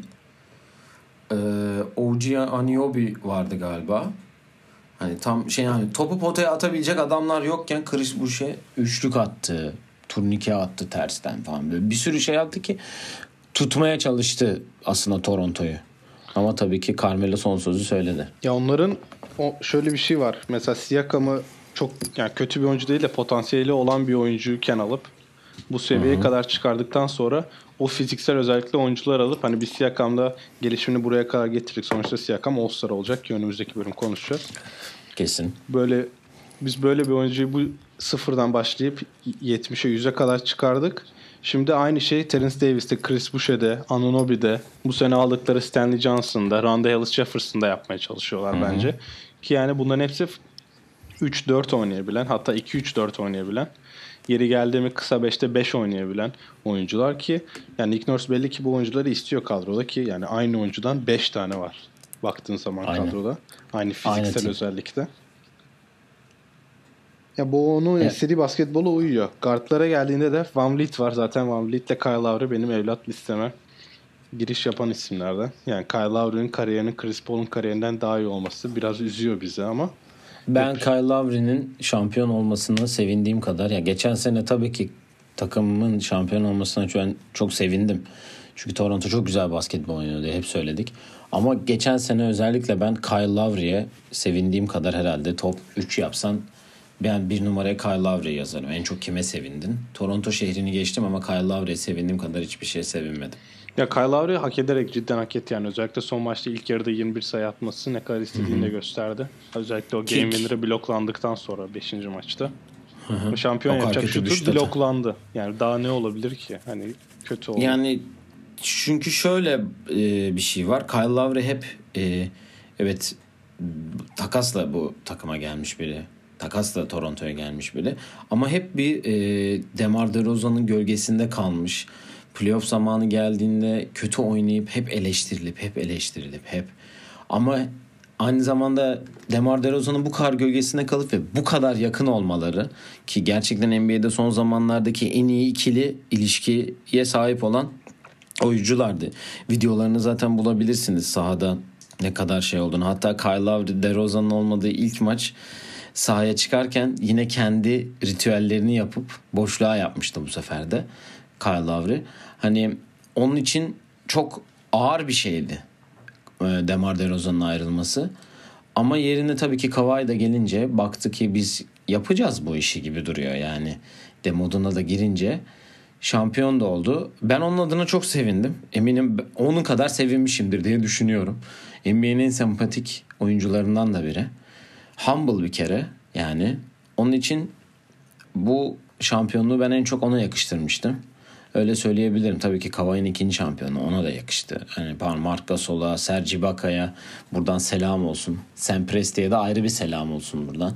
OG Anunoby vardı galiba. Hani tam hani topu potaya atabilecek adamlar yokken Chris Boucher üçlük attı. Turnike attı tersten falan. Böyle bir sürü şey yaptı ki tutmaya çalıştı aslında Toronto'yu. Ama tabii ki Carmelo son sözü söyledi. Ya onların şöyle bir şey var. Mesela Siakam'ı çok kötü bir oyuncu değil de potansiyeli olan bir oyuncuyken alıp bu seviyeye kadar çıkardıktan sonra o fiziksel özellikle oyuncular alıp hani bir Siakam'da gelişimini buraya kadar getirdik. Sonuçta Siakam All-Star olacak ki önümüzdeki bölüm konuşacağız. Kesin. Biz böyle bir oyuncuyu bu sıfırdan başlayıp 70'e 100'e kadar çıkardık. Şimdi aynı şey Terence Davis'te, Chris Boucher'de, Anunoby'de, bu sene aldıkları Stanley Johnson'da, Rondé Hollis-Jefferson'da yapmaya çalışıyorlar bence. Ki yani bunların hepsi 3-4 oynayabilen, hatta 2-3-4 oynayabilen, yeri geldi mi kısa 5'te 5 oynayabilen oyuncular ki yani Nick Nurse belli ki bu oyuncuları istiyor kadroda ki yani aynı oyuncudan 5 tane var baktığın zaman Aynen. kadroda. Aynı Aynı fiziksel tip. özellikle. Ya bu onun Evet. istediği basketbola uyuyor. Guardlara geldiğinde de Van Vliet var. Zaten Van Vliet'le Kyle Lowry benim evlat listeme giriş yapan isimlerden. Yani Kyle Lowry'nin kariyerinin Chris Paul'un kariyerinden daha iyi olması biraz üzüyor bizi ama Ben Kyle Lowry'nin şampiyon olmasına sevindiğim kadar ya geçen sene tabii ki takımımın şampiyon olmasına ben çok sevindim. Çünkü Toronto çok güzel basketbol oynuyor diye hep söyledik. Ama geçen sene özellikle ben Kyle Lowry'ye sevindiğim kadar herhalde top 3 yapsan ben bir numaraya Kyle Lowry'ye yazarım. En çok kime sevindin? Toronto şehrini geçtim ama Kyle Lowry'ye sevindiğim kadar hiçbir şeye sevinmedim. ya Kyle Lowry hak ederek cidden hak etti yani. Özellikle son maçta ilk yarıda 21 sayı atması ne kadar istediğini de gösterdi. Özellikle o game winner'ı bloklandıktan sonra 5. maçta. O şampiyon O kadar yapacak kötü şutu düştü. bloklandı. Yani daha ne olabilir ki? Hani kötü oldu. Yani çünkü şöyle bir şey var. Kyle Lowry hep evet takasla bu takıma gelmiş biri. Takasla Toronto'ya gelmiş biri. Ama hep bir DeMar DeRozan'ın gölgesinde kalmış. Playoff zamanı geldiğinde kötü oynayıp hep eleştirilip. Ama aynı zamanda DeMar DeRozan'ın bu kadar gölgesinde kalıp ve bu kadar yakın olmaları ki gerçekten NBA'de son zamanlardaki en iyi ikili ilişkiye sahip olan oyunculardı. Videolarını zaten bulabilirsiniz sahada ne kadar şey olduğunu. Hatta Kyle Lowry, DeRozan'ın olmadığı ilk maç sahaya çıkarken yine kendi ritüellerini yapıp boşluğa yapmıştı bu sefer de Kyle Lowry. Hani onun için çok ağır bir şeydi DeMar DeRozan'ın ayrılması. Ama yerine tabii ki Kawhi da gelince baktı ki biz yapacağız bu işi gibi duruyor yani. Moduna da girince şampiyon da oldu. Ben onun adına çok sevindim. Eminim onun kadar sevinmişimdir diye düşünüyorum. NBA'nin en sempatik oyuncularından da biri. Humble bir kere yani. Onun için bu şampiyonluğu ben en çok ona yakıştırmıştım. Öyle söyleyebilirim. Tabii ki Kawhi'nin ikinci şampiyonu ona da yakıştı. Hani Marc Gasol'a, Serge Ibaka'ya buradan selam olsun. Sam Presti'ye de ayrı bir selam olsun buradan.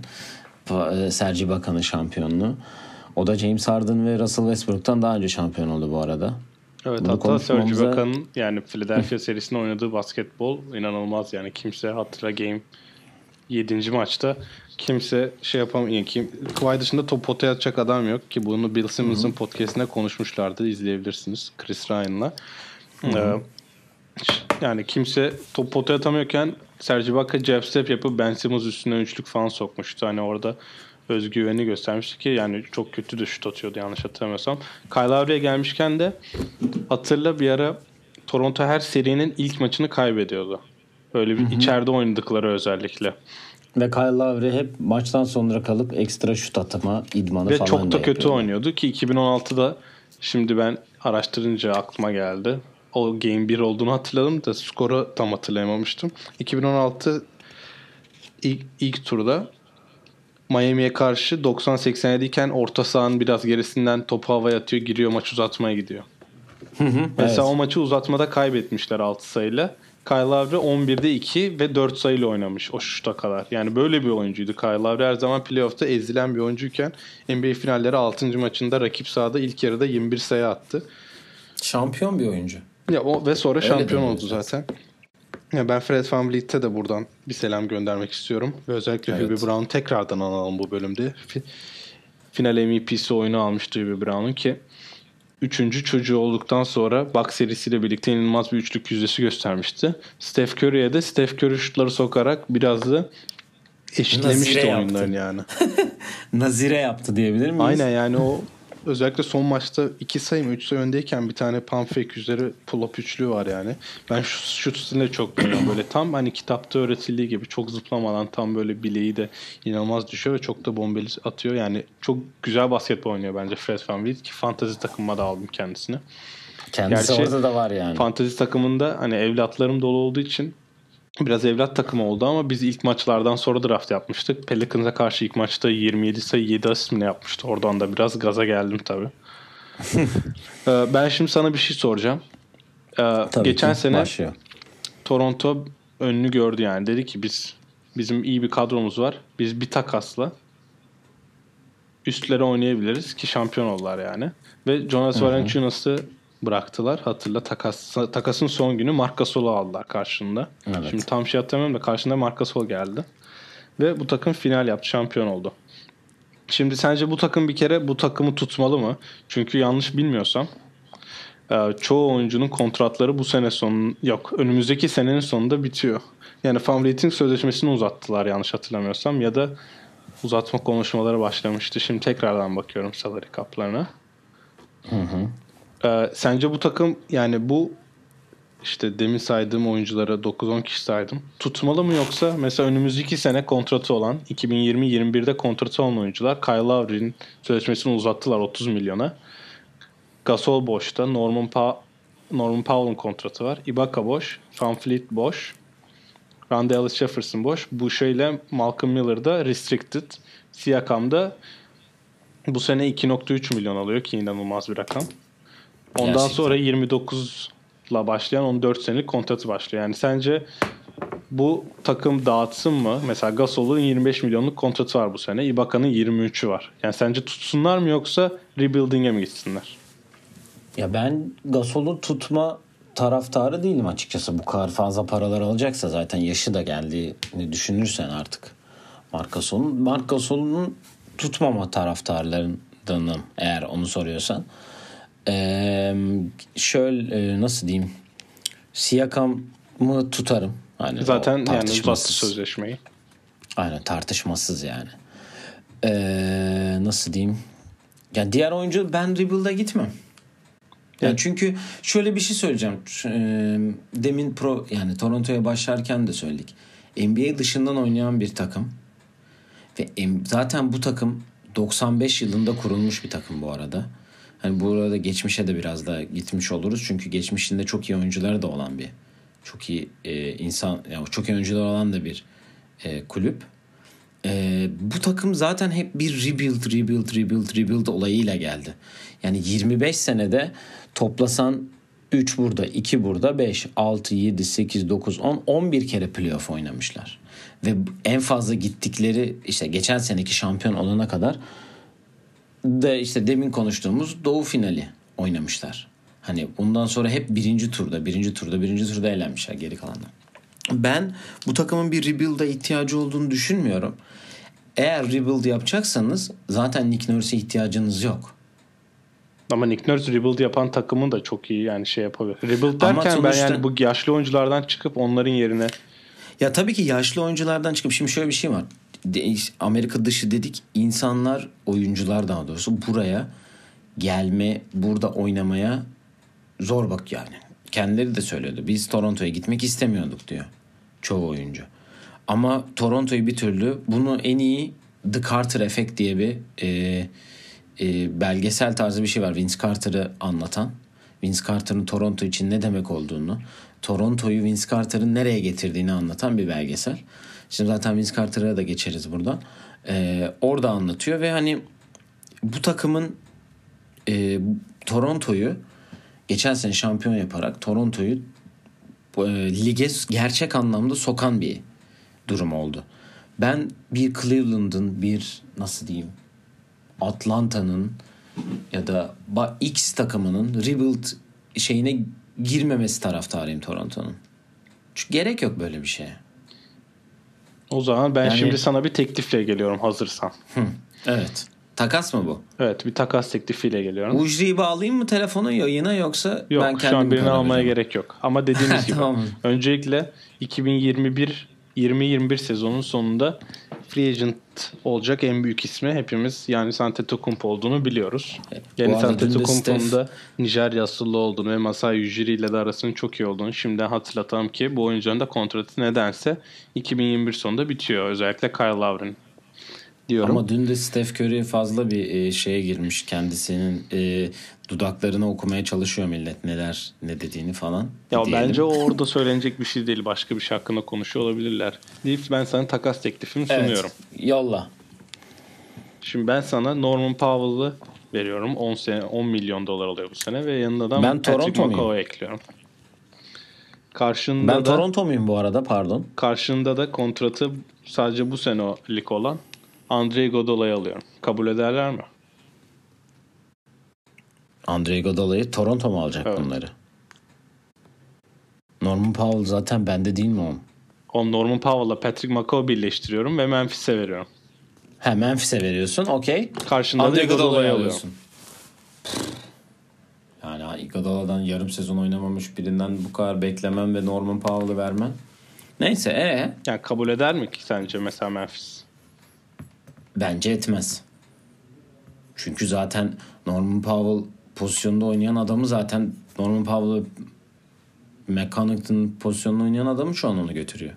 Serge Ibaka'nın şampiyonluğu. O da James Harden ve Russell Westbrook'tan daha önce şampiyon oldu bu arada. Evet, Bunu hatta Serge konuşmamıza- Ibaka'nın yani Philadelphia serisinde oynadığı basketbol inanılmaz yani. Kimse hatıra game 7. maçta kimse şey yapamıyor. Kawhi dışında top potaya atacak adam yok ki bunu Bill Simmons'ın podcast'inde konuşmuşlardı. İzleyebilirsiniz Chris Ryan'la. Yani kimse top potaya atamıyorken Serge Ibaka jab step yapıp Ben Simmons üstüne üçlük falan sokmuştu. Hani orada özgüveni göstermişti ki yani çok kötü de şut atıyordu yanlış hatırlamıyorsam. Kyle Lowry'e gelmişken de hatırla bir ara Toronto her serinin ilk maçını kaybediyordu. Öyle bir içeride oynadıkları özellikle. Ve Kyle Lowry hep maçtan sonra kalıp ekstra şut atma idmanı Ve falan çok da kötü yapıyordu. oynuyordu ki 2016'da şimdi ben araştırınca aklıma geldi. O Game 1 olduğunu hatırladım da skoru tam hatırlayamamıştım. 2016 ilk turda Miami'ye karşı 90-87 iken orta sahanın biraz gerisinden topu havaya atıyor, giriyor, maç uzatmaya gidiyor. Mesela evet. o maçı uzatmada kaybetmişler 6 sayıyla. Kyle Lowry 11'de 2 ve 4 sayıyla oynamış o şuta kadar. Yani böyle bir oyuncuydu. Kyle Lowry her zaman playoff'ta ezilen bir oyuncuyken NBA finalleri 6. maçında rakip sahada ilk yarıda 21 sayı attı. Şampiyon bir oyuncu. Ya ve sonra Öyle şampiyon demiyoruz oldu zaten. Ya ben Fred VanVleet'e de buradan bir selam göndermek istiyorum. Ve özellikle Evet. Hubie Brown'u tekrardan analım bu bölümde. Final MVP'si oyunu almıştı Hubie Brown'un ki 3. çocuğu olduktan sonra Bucks serisiyle birlikte inanılmaz bir üçlük yüzdesi göstermişti. Steph Curry'e de Steph Curry şutları sokarak biraz da eşitlemişti Nazire oyunların yaptı. yani. Nazire yaptı diyebilir miyiz? Aynen yani o özellikle son maçta 2 sayı mı 3 sayı öndeyken bir tane pump fake üzeri pull-up üçlüğü var yani. Ben şut stilinde çok beğeniyorum. Böyle tam hani kitapta öğretildiği gibi çok zıplamadan tam böyle bileği de inanılmaz düşüyor ve çok da bombeli atıyor. Yani çok güzel basketbol oynuyor bence Fred VanVleet ki fantasy takımıma da aldım kendisini. Kendisi Gerçi orada da var yani. Fantasy takımında hani evlatlarım dolu olduğu için biraz evlat takımı oldu ama biz ilk maçlardan sonra draft yapmıştık. Pelicans'a karşı ilk maçta 27 sayı 7 asist mi ne yapmıştı. Oradan da biraz gaza geldim tabii. Ben şimdi sana bir şey soracağım. Tabii Geçen ki. sene Başlıyor. Toronto önünü gördü yani. Dedi ki biz bizim iyi bir kadromuz var. Biz bir takasla üstlere oynayabiliriz ki şampiyon oldular yani. Ve Jonas Valanciunas'ı bıraktılar. Hatırla takasın son günü Marc Gasol'u aldılar karşında. Evet. Şimdi tam şey hatırlamıyorum da karşında Marc Gasol geldi. Ve bu takım final yaptı. Şampiyon oldu. Şimdi sence bu takım bir kere bu takımı tutmalı mı? Çünkü yanlış bilmiyorsam çoğu oyuncunun kontratları bu sene önümüzdeki senenin sonunda bitiyor. Yani Van sözleşmesini uzattılar yanlış hatırlamıyorsam ya da uzatma konuşmaları başlamıştı. Şimdi tekrardan bakıyorum salary cap'larına. Sence bu takım yani bu işte demin saydığım oyunculara 9-10 kişi saydım. Tutmalı mı yoksa mesela önümüzdeki sene kontratı olan 2020-21'de kontratı olan oyuncular Kyle Lowry'nin sözleşmesini uzattılar 30 milyona. Gasol boşta. Norman Powell'ın kontratı var. Ibaka boş. VanVleet boş. Randall Jefferson boş. Boucher ile Malcolm Miller da restricted. Siakam da bu sene 2.3 milyon alıyor ki inanılmaz bir rakam. Ondan Gerçekten. sonra 29'la başlayan 14 senelik kontratı başlıyor. Yani sence bu takım dağıtsın mı? Mesela Gasol'un 25 milyonluk kontratı var bu sene. Ibaka'nın 23'ü var. Yani sence tutsunlar mı yoksa rebuilding'e mi gitsinler? Ya ben Gasol'u tutma taraftarı değilim açıkçası. Bu kadar fazla paralar alacaksa zaten yaşı da geldiğini düşünürsen artık Marc Gasol'un tutmama taraftarlarındanım eğer onu soruyorsan. Şöyle nasıl diyeyim? Siakam'ı tutarım. Hani Zaten yani uzattı sözleşmeyi. Aynen tartışmasız yani. Nasıl diyeyim? Yani diğer oyuncu ben rebuild'a gitmem. Yani çünkü şöyle bir şey söyleyeceğim. Demin yani Toronto'ya başlarken de söyledik. NBA dışından oynayan bir takım ve zaten bu takım 95 yılında kurulmuş bir takım bu arada. Hani bu arada geçmişe de biraz da gitmiş oluruz. Çünkü geçmişinde çok iyi oyuncuları da olan bir çok iyi insan yani çok iyi oyuncular olan da bir kulüp. Bu takım zaten hep bir rebuild olayıyla geldi. Yani 25 senede toplasan 3 burada, 2 burada, 5, 6, 7, 8, 9, 10, 11 kere playoff oynamışlar. Ve en fazla gittikleri işte geçen seneki şampiyon olana kadar da işte demin konuştuğumuz Doğu finali oynamışlar. Hani bundan sonra hep birinci turda eğlenmişler geri kalanlar. Ben bu takımın bir rebuild'a ihtiyacı olduğunu düşünmüyorum. Eğer rebuild yapacaksanız zaten Nick Nurse'e ihtiyacınız yok. Ama Nick Nurse rebuild yapan takımın da çok iyi yani şey yapabilir. Rebuild derken sonuçta, ben yani bu yaşlı oyunculardan çıkıp onların yerine ya tabii ki yaşlı oyunculardan çıkıp şimdi şöyle bir şey var. Amerika dışı dedik, insanlar, oyuncular daha doğrusu buraya gelme, burada oynamaya zor bak yani. Kendileri de söylüyordu. Biz Toronto'ya gitmek istemiyorduk diyor çoğu oyuncu. Ama Toronto'yu bir türlü bunu en iyi The Carter Effect diye bir belgesel tarzı bir şey var. Vince Carter'ı anlatan. Vince Carter'ın Toronto için ne demek olduğunu, Toronto'yu Vince Carter'ın nereye getirdiğini anlatan bir belgesel. Şimdi zaten Vince Carter'a da geçeriz buradan. Orada anlatıyor ve hani bu takımın Toronto'yu geçen sene şampiyon yaparak Toronto'yu lige gerçek anlamda sokan bir durum oldu. Ben bir Cleveland'ın, bir nasıl diyeyim, Atlanta'nın ya da X takımının rebuild şeyine girmemesi taraftarıyım Toronto'nun. Çünkü gerek yok böyle bir şeye. O zaman ben Yani, şimdi sana bir teklifle geliyorum hazırsan. Evet. Takas mı bu? Evet, bir takas teklifiyle geliyorum. Ucri'yi bağlayayım mı telefona yayına yoksa yok, ben kendim şu an birini almaya vereceğim? gerek yok. Ama dediğimiz gibi Tamam. öncelikle 2021 sezonun sonunda free agent olacak en büyük ismi hepimiz Giannis Antetokounmpo olduğunu biliyoruz. Giannis Antetokounmpo'nun da Nijerya asıllı olduğunu ve Masai Ujiri ile de arasının çok iyi olduğunu şimdiden hatırlatalım ki bu oyuncuların da kontratı nedense 2021 sonunda bitiyor. Özellikle Kyle Lowry'nin. Diyorum. Ama dün de Steph Curry fazla bir şeye girmiş. Kendisinin dudaklarını okumaya çalışıyor millet. Ne dediğini falan. Ya diyelim. bence o orada söylenecek bir şey değil. Başka bir şey hakkında konuşuyor olabilirler. Deyip ben sana takas teklifimi sunuyorum. Evet, yolla. Şimdi ben sana Norman Powell'ı veriyorum. 10 milyon dolar alıyor bu sene ve yanında da Ben Patrick Toronto muyum? McCaw'u ekliyorum. Karşında Ben da Toronto muyum bu arada, pardon? karşında da kontratı sadece bu sene o lig olan Andre Iguodala'yı alıyorum. Kabul ederler mi? Andre Iguodala'yı Toronto mu alacak Evet. bunları? Norman Powell zaten bende değil mi o? O Norman Powell'la Patrick McCaw birleştiriyorum ve Memphis'e veriyorum. He, Memphis'e veriyorsun, okey. Karşında da Andre Iguodala'yı Iguodala'yı alıyorum. alıyorsun. Yani Iguodala'dan yarım sezon oynamamış birinden bu kadar beklemem ve Norman Powell'ı vermen. Neyse Yani kabul eder mi ki sence mesela Memphis? bence etmez. Çünkü zaten Norman Powell pozisyonda oynayan adamı zaten Norman Powell'ı McConnell'ın pozisyonunda oynayan adamı şu an onu götürüyor.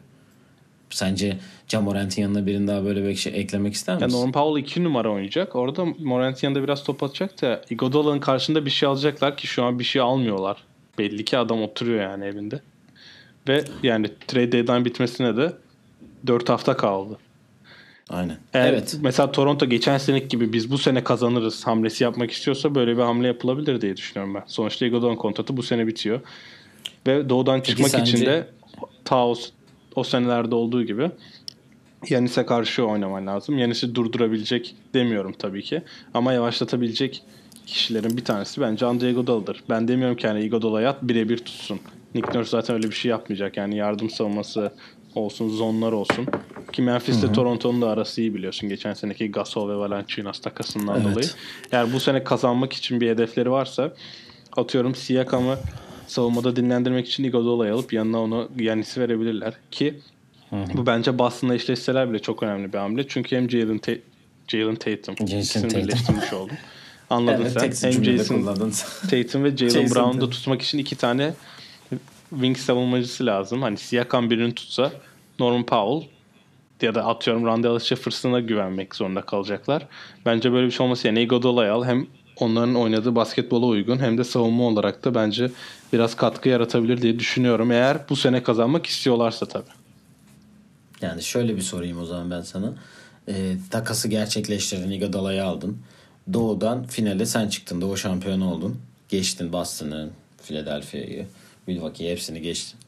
Sence Ja Morant'in yanına birini daha böyle bir şey eklemek ister misin? Yani Norman Powell 2 numara oynayacak. Orada Morant'in yanında biraz top atacak da Iguodala'nın karşında bir şey alacaklar ki şu an bir şey almıyorlar. Belli ki adam oturuyor yani evinde. Ve yani trade deadline bitmesine de 4 hafta kaldı. Aynen. Eğer Evet. mesela Toronto geçen seneki gibi biz bu sene kazanırız hamlesi yapmak istiyorsa böyle bir hamle yapılabilir diye düşünüyorum ben. Sonuçta Iguodala'nın kontratı bu sene bitiyor. Ve doğudan çıkmak sence- için de ta o senelerde olduğu gibi Yanis'e karşı oynaman lazım. Yanis'i durdurabilecek demiyorum tabii ki. Ama yavaşlatabilecek kişilerin bir tanesi bence Andre Iguodala'dır. Ben demiyorum ki hani Iguodala'ya at birebir tutsun. Nick Nurse zaten öyle bir şey yapmayacak. Yani yardım savunması olsun, zonlar olsun. Ki Memphis'le Toronto'nun da arası iyi biliyorsun. Geçen seneki Gasol ve Valanciunas takasından Evet. dolayı. Eğer bu sene kazanmak için bir hedefleri varsa atıyorum Siakam'ı savunmada dinlendirmek için Iguodala'yı alıp yanına onu Yanis'i verebilirler. Ki bu bence Boston'la eşleşseler bile çok önemli bir hamle. Çünkü hem Jalen Tatum ikisini Tatum. birleştirmiş oldum. Anladın Evet, tek sen. Hem cümlede Jason kullandın. Tatum ve Jalen Jason Brown'u da Tatum. tutmak için iki tane wing savunmacısı lazım. Hani Siakam birini tutsa Norman Powell ya da atıyorum Randall Jefferson'a güvenmek zorunda kalacaklar. Bence böyle bir şey olması yani Iguodala'yı al, hem onların oynadığı basketbola uygun hem de savunma olarak da bence biraz katkı yaratabilir diye düşünüyorum. Eğer bu sene kazanmak istiyorlarsa tabii. Yani şöyle bir sorayım o zaman ben sana. Takası gerçekleştirdin, Iguodala'yı aldın. Doğu'dan finale sen çıktın. Doğu şampiyonu oldun. Geçtin Boston'ı, Philadelphia'yı, Milwaukee'yi, hepsini geçtin.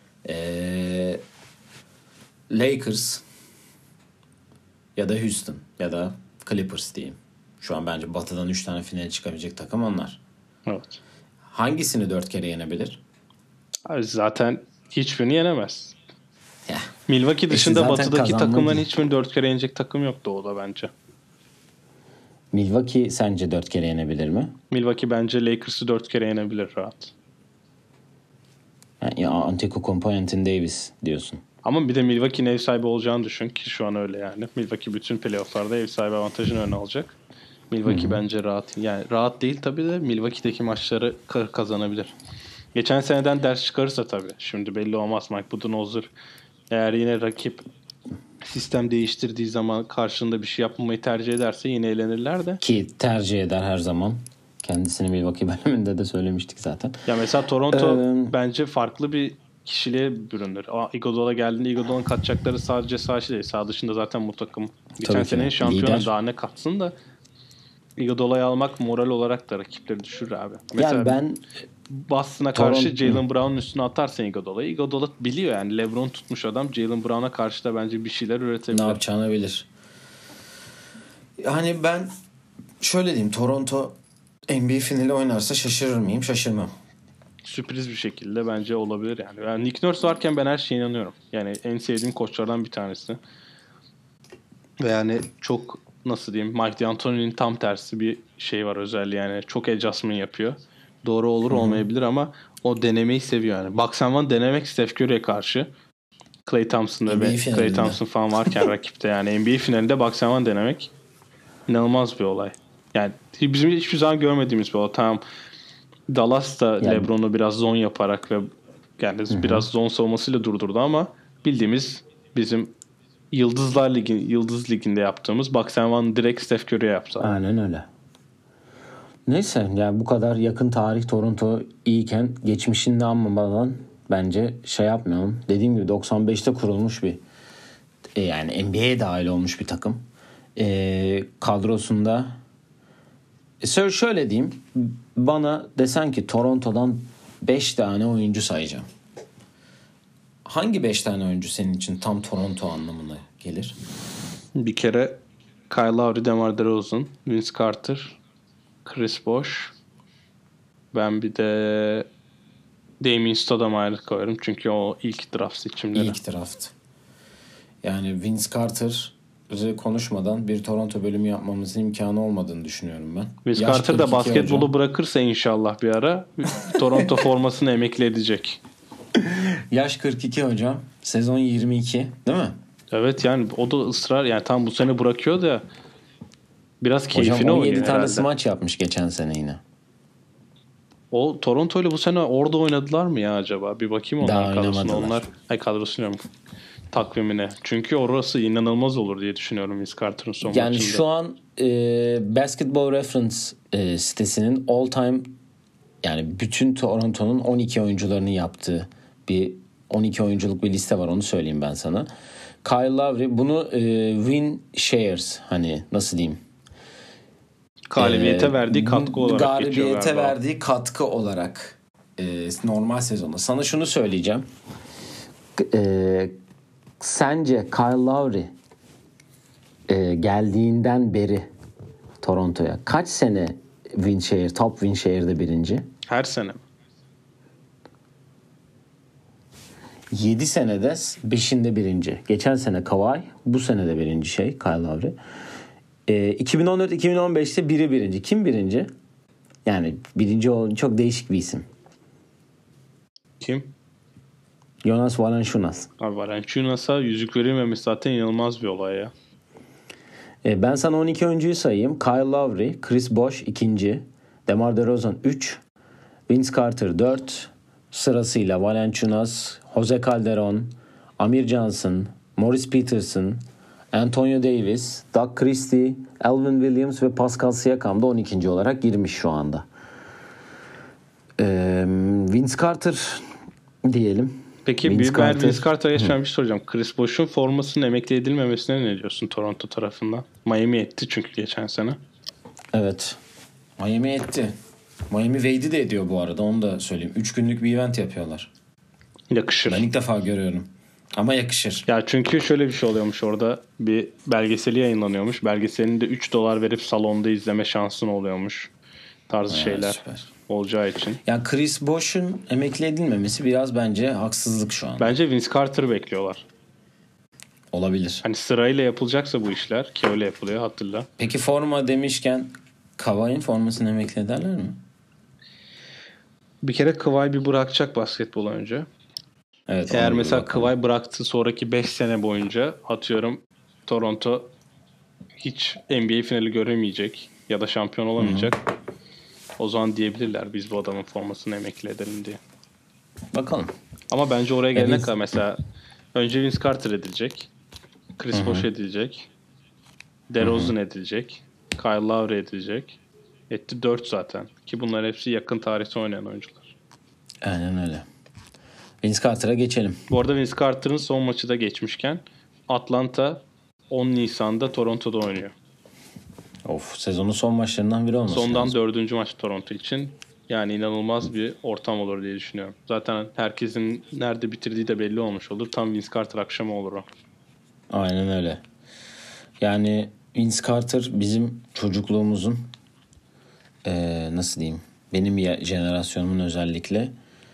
Lakers ya da Houston ya da Clippers diyeyim. Şu an bence Batı'dan 3 tane finale çıkabilecek takım onlar. Evet. Hangisini 4 kere yenebilir? Abi zaten hiçbirini yenemez. Ya, Milwaukee dışında zaten batıdaki kazanma takımların değil. hiçbirini 4 kere yenecek takım yok Doğu'da bence. Milwaukee sence 4 kere yenebilir mi? Milwaukee bence Lakers'ı 4 kere yenebilir rahat. Yani Antetokounmpo, Anthony Davis diyorsun. Ama bir de Milwaukee'nin ev sahibi olacağını düşün ki şu an öyle yani. Milwaukee bütün playoff'larda ev sahibi avantajını öne alacak. Milwaukee bence rahat. Yani rahat değil tabii de Milwaukee'deki maçları kazanabilir. Geçen seneden ders çıkarırsa tabii. Şimdi belli olmaz. Mike Budenholzer eğer yine rakip sistem değiştirdiği zaman karşında bir şey yapmamayı tercih ederse yine eğlenirler de. Ki tercih eder her zaman. Kendisini Milwaukee bölümünde de söylemiştik zaten. Ya mesela Toronto bence farklı bir kişiliğe bürünür. Iguodala geldiğinde Iguodala'nın katacakları sadece sağ içi değil. Sağ dışında zaten bu takım geçen Tabii ki. senenin şampiyonu Lider. daha ne katsın da Iguodala'yı almak moral olarak da rakipleri düşürür abi. Mesela Yani ben Boston'a karşı Jalen Brown'un üstüne atarsan Iguodala'yı. Iguodala biliyor yani. LeBron tutmuş adam. Jalen Brown'a karşı da bence bir şeyler üretebilir. ne yapacağını bilir. Yani ben şöyle diyeyim. Toronto NBA finali oynarsa şaşırır mıyım? Şaşırmam. Sürpriz bir şekilde bence olabilir yani. Yani Nick Nurse varken ben her şeye inanıyorum. Yani en sevdiğim koçlardan bir tanesi. Ve yani çok nasıl diyeyim Mike D'Antoni'nin tam tersi bir şey var özelliği yani. Çok adjustment yapıyor. Doğru olur olmayabilir ama o denemeyi seviyor yani. Bucks and One denemek Steph Curry'e karşı. Klay Thompson'da ve Klay Thompson falan varken rakipte yani NBA finalinde Bucks and One denemek inanılmaz bir olay. Yani bizim hiçbir zaman görmediğimiz bir olay. Tamam Dallas da yani, LeBron'u biraz zon yaparak ve yani biraz zon savunmasıyla durdurdu ama bildiğimiz bizim Yıldız Ligi'nde yaptığımız Bucks and One direkt Steph Curry'e yaptı. Aynen öyle. Neyse yani bu kadar yakın tarih Toronto iyiyken geçmişini anmamadan bence şey yapmayalım. Dediğim gibi 95'te kurulmuş bir yani NBA'ye dahil olmuş bir takım. Kadrosunda şöyle diyeyim, bana desen ki Toronto'dan 5 tane oyuncu sayacağım. hangi 5 tane oyuncu senin için tam Toronto anlamına gelir? Bir kere Kyle Lowry, DeMar DeRozan, Vince Carter, Chris Bosh. Ben bir de Damien Stoudemire'ı koyarım. Çünkü o ilk draft seçimleri. İlk draft. Yani Vince Carter'ı konuşmadan bir Toronto bölümü yapmamızın imkanı olmadığını düşünüyorum ben. Vince Yaş Carter da 42 basketbolu hocam. bırakırsa inşallah bir ara Toronto formasını emekli edecek. Yaş 42 hocam. Sezon 22 değil mi? Evet yani o da ısrar. Yani tam bu sene bırakıyor da biraz keyfine Hocam 17 oynuyor tane herhalde. smaç yapmış geçen sene yine. O Toronto ile bu sene orada oynadılar mı ya acaba? Bir bakayım Daha onlar kadrosuna. oynamadılar. Kadrosuna diyorum, takvimine. Çünkü orası inanılmaz olur diye düşünüyorum Vince Carter'ın son Yani maçında. şu an Basketball Reference sitesinin all time, yani bütün Toronto'nun 12 oyuncularını yaptığı bir 12 oyunculuk bir liste var, onu söyleyeyim ben sana. Kyle Lowry bunu win shares, hani nasıl diyeyim? Galibiyete verdiği katkı olarak geçiyor Galibiyete galiba. verdiği katkı olarak normal sezonda. Sana şunu söyleyeceğim. Sence Kyle Lowry geldiğinden beri Toronto'ya kaç sene top win share'de birinci? Her sene. 7 senede 5'inde birinci. Geçen sene Kawhi, bu sene de birinci Kyle Lowry. 2014-2015'te biri birinci. Kim birinci? Yani birinci olan çok değişik bir isim. Kim? Jonas Valanciunas. Abi Valanciunas'a yüzük verilmemiş zaten inanılmaz bir olay ya. Ben sana 12 oyuncuyu sayayım. Kyle Lowry, Chris Bosh 2. DeMar DeRozan 3. Vince Carter 4. Sırasıyla Valanciunas, Jose Calderon, Amir Johnson, Morris Peterson, Antonio Davis, Doug Christie, Alvin Williams ve Pascal Siakam da 12. olarak girmiş şu anda. Vince Carter diyelim. Peki Vince ben Carter. Vince Carter'a geçen bir şey soracağım. Chris Bosh'un formasının emekli edilmemesine ne diyorsun Toronto tarafından? Miami etti çünkü geçen sene. Evet. Miami etti. Miami Wade'i de ediyor bu arada, onu da söyleyeyim. 3 günlük bir event yapıyorlar. Yakışır. Ben ilk defa görüyorum. Ama yakışır. Ya çünkü şöyle bir şey oluyormuş orada. Bir belgeseli yayınlanıyormuş. Belgeselini de $3 verip salonda izleme şansın oluyormuş. Tarzı şeyler Süper. olacağı için. Ya Chris Bosh'un emekli edilmemesi biraz bence haksızlık şu an. Bence Vince Carter'ı bekliyorlar. Olabilir. Hani sırayla yapılacaksa bu işler ki öyle yapılıyor, hatırla. Peki forma demişken Kawhi'nin formasını emekli ederler mi? Bir kere Kawhi bir bırakacak basketbol önce. Evet. Eğer ona bir mesela bakalım. Kawhi bıraktı sonraki 5 sene boyunca atıyorum Toronto hiç NBA finali göremeyecek ya da şampiyon olamayacak. O zaman diyebilirler biz bu adamın formasını emekli edelim diye. Bakalım. Ama bence oraya gelene Vince- kadar mesela önce Vince Carter edilecek. Chris Bosh edilecek. DeRozan edilecek. Kyle Lowry edilecek. Etti 4 zaten. Ki bunlar hepsi yakın tarihte oynayan oyuncular. Aynen öyle. Vince Carter'a geçelim. Bu arada Vince Carter'ın son maçı da geçmişken Atlanta 10 Nisan'da Toronto'da oynuyor. Of, sezonun son maçlarından biri olması Sondan lazım. 4. maç Toronto için. Yani inanılmaz bir ortam olur diye düşünüyorum. Zaten herkesin nerede bitirdiği de belli olmuş olur. Tam Vince Carter akşamı olur o. Aynen öyle. Yani Vince Carter bizim çocukluğumuzun nasıl diyeyim, benim jenerasyonumun özellikle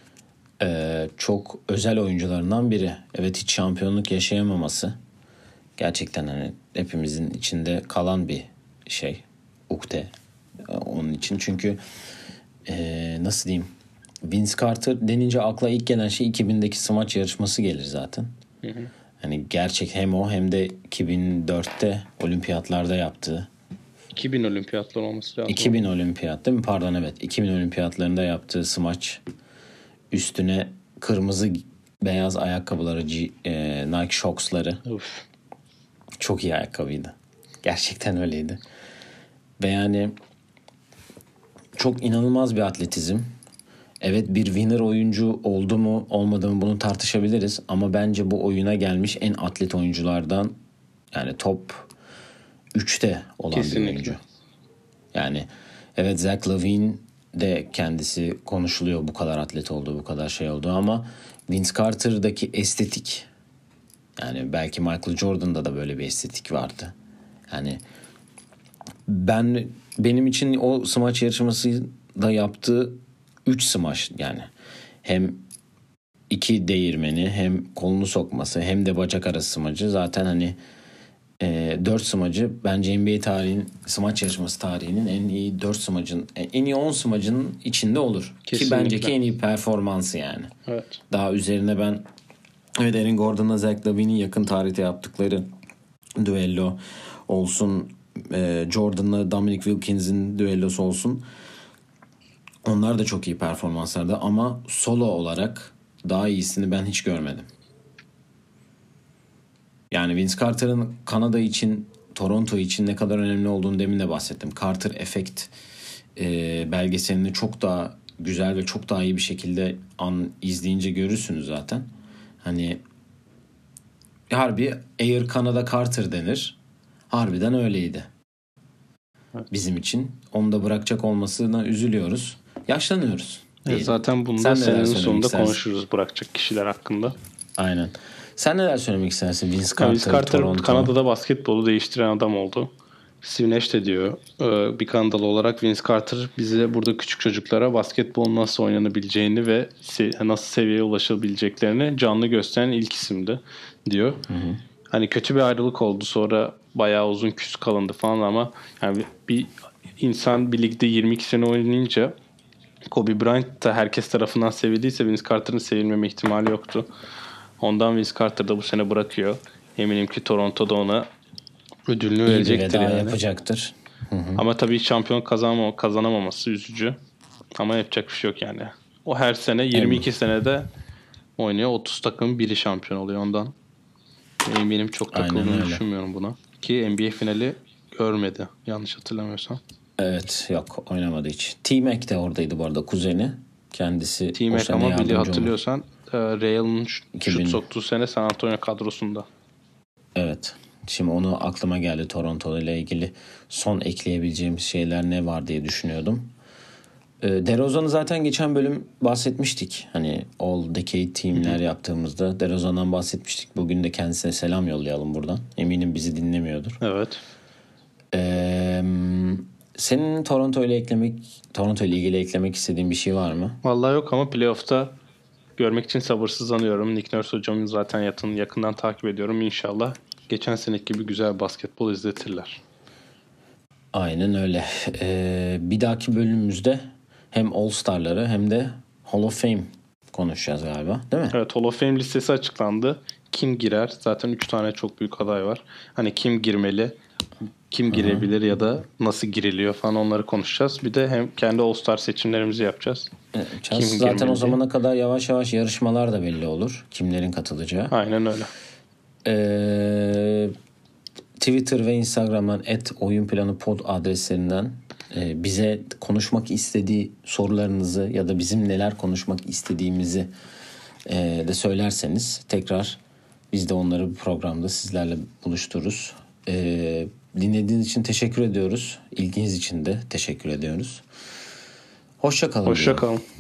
çok özel oyuncularından biri. Evet, hiç şampiyonluk yaşayamaması gerçekten hani hepimizin içinde kalan bir ukde onun için. Çünkü nasıl diyeyim, Vince Carter denince akla ilk gelen şey 2000'deki smaç yarışması gelir zaten. Hani gerçek hem o hem de 2004'te olimpiyatlarda yaptığı 2000 olimpiyatlar olması lazım. 2000 olimpiyat değil mi? Pardon, evet. 2000 olimpiyatlarında yaptığı smaç, üstüne kırmızı beyaz ayakkabıları, Nike Shox'ları. Uf. Çok iyi ayakkabıydı. Gerçekten öyleydi. Ve yani çok inanılmaz bir atletizm. Evet, bir winner oyuncu oldu mu olmadı mı bunu tartışabiliriz. Ama bence bu oyuna gelmiş en atlet oyunculardan, yani top 3'te olan Kesinlikle. bir oyuncu. Yani evet, Zach LaVine de kendisi konuşuluyor, bu kadar atlet olduğu, bu kadar şey olduğu, ama Vince Carter'daki estetik, yani belki Michael Jordan'da da böyle bir estetik vardı. Yani benim için o smaç yarışması da yaptığı 3 smaç, yani hem 2 değirmeni, hem kolunu sokması, hem de bacak arası smacı, zaten hani 4 smacı bence NBA tarihinin, smaç yarışması tarihinin en iyi 4 smacın, en iyi 10 smacının içinde olur. Kesinlikle. Ki bence en iyi performansı yani. Evet. Daha üzerine ben Aaron Gordon'la Zach LaVine'in yakın tarihte yaptıkları düello olsun, Jordan'la Dominic Wilkins'in düellosu olsun, onlar da çok iyi performanslardı, ama solo olarak daha iyisini ben hiç görmedim. Yani Vince Carter'ın Kanada için, Toronto için ne kadar önemli olduğunu demin de bahsettim. Carter Effect belgeselini çok daha güzel ve çok daha iyi bir şekilde izleyince görürsünüz zaten. Hani harbi Air Canada Carter denir. Harbiden öyleydi. Evet. Bizim için. Onu da bırakacak olmasına üzülüyoruz. Yaşlanıyoruz. Zaten bunda senenin sonunda konuşuruz bırakacak kişiler hakkında. Aynen. Sen neler söylemek istersin? Vince Carter Toronto. Kanada'da basketbolu değiştiren adam oldu. Steve Nash de diyor. Bir Kanadalı olarak Vince Carter bize burada küçük çocuklara basketbolun nasıl oynanabileceğini ve nasıl seviyeye ulaşabileceklerini canlı gösteren ilk isimdi diyor. Hı hı. Hani kötü bir ayrılık oldu. Sonra bayağı uzun küs kalındı falan, ama yani bir insan bir ligde 22 sene oynayınca, Kobe Bryant da herkes tarafından sevildiyse Vince Carter'ın sevilmeme ihtimali yoktu. Ondan Vince Carter da bu sene bırakıyor. Eminim ki Toronto'da ona ödülünü verecektir yani. Yapacaktır. Hı hı. Ama tabii şampiyon kazanamaması üzücü. Ama yapacak bir şey yok yani. O her sene 22 senede oynuyor. 30 takımın biri şampiyon oluyor ondan. Eminim çok takıldığını düşünmüyorum buna. Ki NBA finali görmedi yanlış hatırlamıyorsam. Evet, yok oynamadı hiç. T-Mac de oradaydı bu arada, kuzeni. Kendisi T-Mac ama Billy hatırlıyorsan Real'ın şut soktuğu sene San Antonio kadrosunda. Evet. Şimdi onu aklıma geldi, Toronto ile ilgili son ekleyebileceğimiz şeyler ne var diye düşünüyordum. DeRozan'ı zaten geçen bölüm bahsetmiştik. Hani All Decade Team'ler yaptığımızda DeRozan'dan bahsetmiştik. Bugün de kendisine selam yollayalım buradan. Eminim bizi dinlemiyordur. Evet. Senin Toronto ile ilgili eklemek istediğin bir şey var mı? Vallahi yok, ama playoff'ta görmek için sabırsızlanıyorum. Nick Nurse hocamı zaten yakından takip ediyorum. İnşallah geçen seneki gibi güzel basketbol izletirler. Aynen öyle. Bir dahaki bölümümüzde hem All Star'ları hem de Hall of Fame konuşacağız galiba, değil mi? Evet, Hall of Fame listesi açıklandı. Kim girer? Zaten 3 tane çok büyük aday var. Hani kim girmeli, kim girebilir ya da nasıl giriliyor falan, onları konuşacağız. Bir de hem kendi All Star seçimlerimizi yapacağız. Zaten girmeli, o zamana kadar yavaş yavaş yarışmalar da belli olur. Kimlerin katılacağı. Aynen öyle. Twitter ve Instagram'dan @oyunplanıpod adreslerinden bize konuşmak istediği sorularınızı ya da bizim neler konuşmak istediğimizi de söylerseniz tekrar biz de onları bu programda sizlerle buluştururuz. Dinlediğiniz için teşekkür ediyoruz. İlginiz için de teşekkür ediyoruz. Hoşça kalın. Hoşça kalın.